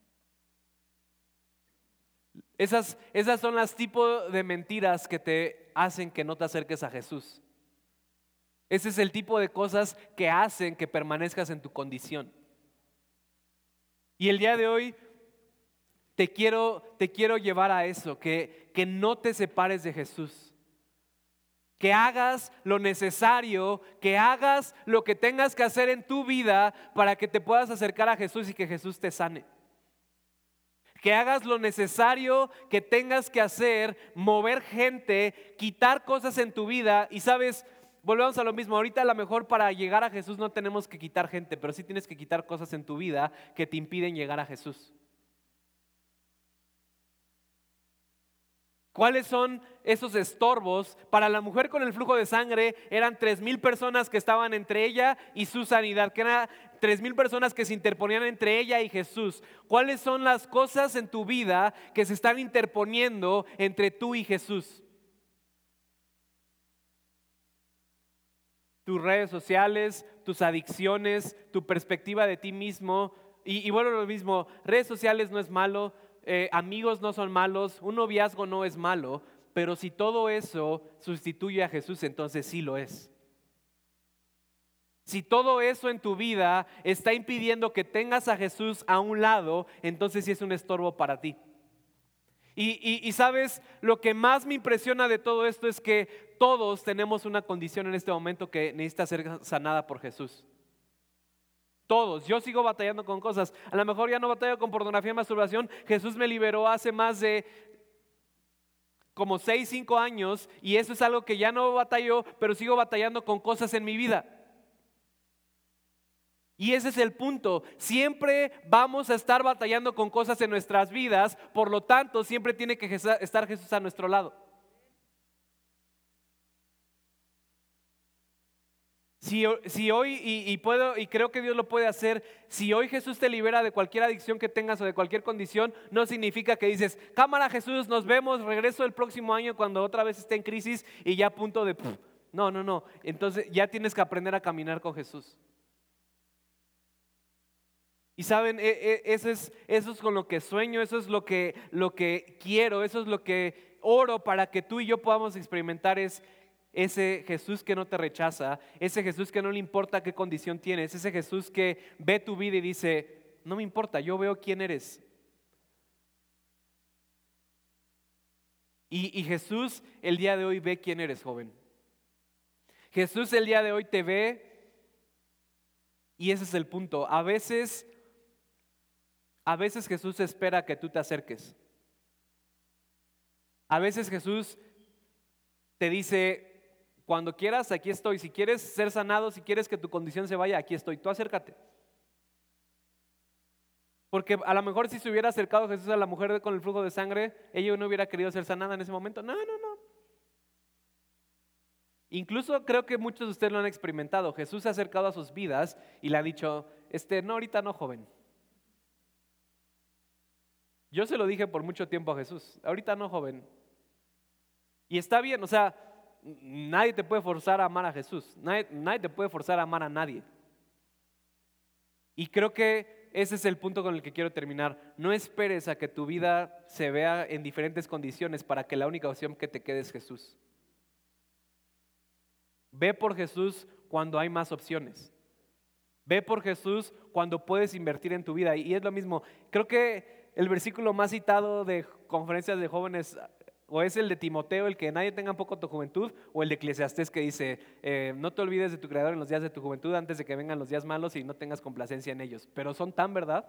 Esas, esas son las tipos de mentiras que te hacen que no te acerques a Jesús. Ese es el tipo de cosas que hacen que permanezcas en tu condición. Y el día de hoy te quiero, te quiero llevar a eso, que, que no te separes de Jesús. Que hagas lo necesario, que hagas lo que tengas que hacer en tu vida para que te puedas acercar a Jesús y que Jesús te sane. Que hagas lo necesario que tengas que hacer, mover gente, quitar cosas en tu vida. Y sabes, volvemos a lo mismo, ahorita a lo mejor para llegar a Jesús no tenemos que quitar gente, pero sí tienes que quitar cosas en tu vida que te impiden llegar a Jesús. ¿Cuáles son esos estorbos? Para la mujer con el flujo de sangre eran tres mil personas que estaban entre ella y su sanidad, que eran tres mil personas que se interponían entre ella y Jesús. ¿Cuáles son las cosas en tu vida que se están interponiendo entre tú y Jesús? Tus redes sociales, tus adicciones, tu perspectiva de ti mismo. Y, y bueno, lo mismo, redes sociales no es malo. eh, amigos no son malos, un noviazgo no es malo, pero si todo eso sustituye a Jesús, entonces sí lo es. Si todo eso en tu vida está impidiendo que tengas a Jesús a un lado, entonces sí es un estorbo para ti. Y, y, y sabes, lo que más me impresiona de todo esto es que todos tenemos una condición en este momento que necesita ser sanada por Jesús. Todos, yo sigo batallando con cosas. A lo mejor ya no batallo con pornografía y masturbación. Jesús me liberó hace más de como seis, cinco años y eso es algo que ya no batallo, pero sigo batallando con cosas en mi vida. Y ese es el punto, siempre vamos a estar batallando con cosas en nuestras vidas, por lo tanto siempre tiene que estar Jesús a nuestro lado. Si, si hoy, y, y puedo, y creo que Dios lo puede hacer, si hoy Jesús te libera de cualquier adicción que tengas o de cualquier condición, no significa que dices, cámara Jesús, nos vemos, regreso el próximo año cuando otra vez esté en crisis y ya a punto de... Pff. No, no, no, entonces ya tienes que aprender a caminar con Jesús. Y saben, eso es, eso es con lo que sueño, eso es lo que, lo que quiero, eso es lo que oro para que tú y yo podamos experimentar es ese Jesús que no te rechaza, ese Jesús que no le importa qué condición tienes, ese Jesús que ve tu vida y dice, no me importa, yo veo quién eres. Y, y Jesús el día de hoy ve quién eres, joven. Jesús el día de hoy te ve y ese es el punto. A veces... A veces Jesús espera que tú te acerques. A veces Jesús te dice, cuando quieras, aquí estoy. Si quieres ser sanado, si quieres que tu condición se vaya, aquí estoy. Tú acércate. Porque a lo mejor si se hubiera acercado Jesús a la mujer con el flujo de sangre, ella no hubiera querido ser sanada en ese momento. No, no, no. Incluso creo que muchos de ustedes lo han experimentado. Jesús se ha acercado a sus vidas y le ha dicho, este, no, ahorita no, joven. Yo se lo dije por mucho tiempo a Jesús, ahorita no, joven. Y está bien, o sea, nadie te puede forzar a amar a Jesús, nadie, nadie te puede forzar a amar a nadie. Y creo que ese es el punto con el que quiero terminar. No esperes a que tu vida se vea en diferentes condiciones para que la única opción que te quede es Jesús. Ve por Jesús cuando hay más opciones. Ve por Jesús cuando puedes invertir en tu vida. Y es lo mismo, creo que el versículo más citado de conferencias de jóvenes o es el de Timoteo, el que nadie tenga poco tu juventud, o el de Eclesiastés que dice, eh, no te olvides de tu Creador en los días de tu juventud antes de que vengan los días malos y no tengas complacencia en ellos. Pero son tan verdad.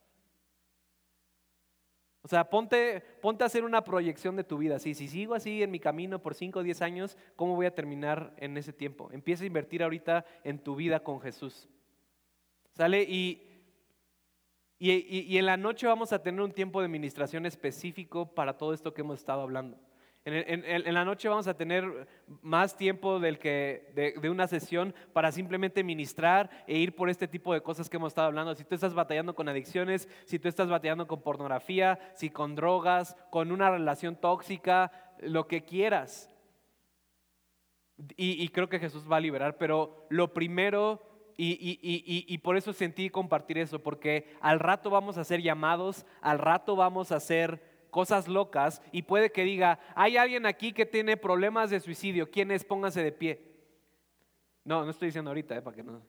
O sea, ponte, ponte a hacer una proyección de tu vida. Si, si sigo así en mi camino por cinco o diez años, ¿cómo voy a terminar en ese tiempo? Empieza a invertir ahorita en tu vida con Jesús. ¿Sale? Y... Y, y, y en la noche vamos a tener un tiempo de ministración específico para todo esto que hemos estado hablando. En, en, en la noche vamos a tener más tiempo del que, de, de una sesión para simplemente ministrar e ir por este tipo de cosas que hemos estado hablando. Si tú estás batallando con adicciones, si tú estás batallando con pornografía, si con drogas, con una relación tóxica, lo que quieras. Y, y creo que Jesús va a liberar, pero lo primero... Y, y, y, y por eso sentí compartir eso, porque al rato vamos a ser llamados, al rato vamos a hacer cosas locas y puede que diga, hay alguien aquí que tiene problemas de suicidio, ¿quién es? Pónganse de pie. No, no estoy diciendo ahorita, eh, para que no.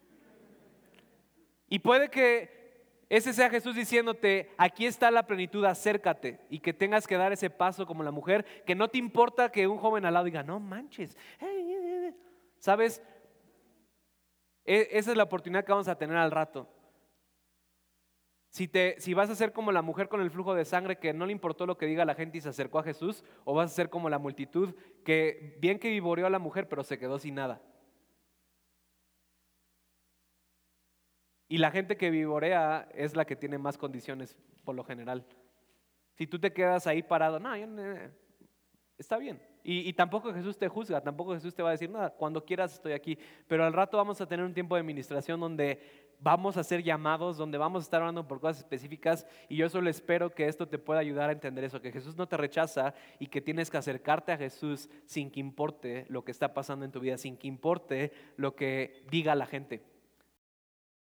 Y puede que ese sea Jesús diciéndote, aquí está la plenitud, acércate, y que tengas que dar ese paso como la mujer, que no te importa que un joven al lado diga, no manches, ¿sabes? Esa es la oportunidad que vamos a tener al rato. Si, te, si vas a ser como la mujer con el flujo de sangre que no le importó lo que diga la gente y se acercó a Jesús, o vas a ser como la multitud que bien que vivoreó a la mujer pero se quedó sin nada. Y la gente que vivorea es la que tiene más condiciones por lo general. Si tú te quedas ahí parado, no, yo no, está bien. Y, y tampoco Jesús te juzga, tampoco Jesús te va a decir nada, cuando quieras estoy aquí. Pero al rato vamos a tener un tiempo de administración donde vamos a ser llamados, donde vamos a estar hablando por cosas específicas. Y yo solo espero que esto te pueda ayudar a entender eso, que Jesús no te rechaza y que tienes que acercarte a Jesús sin que importe lo que está pasando en tu vida, sin que importe lo que diga la gente.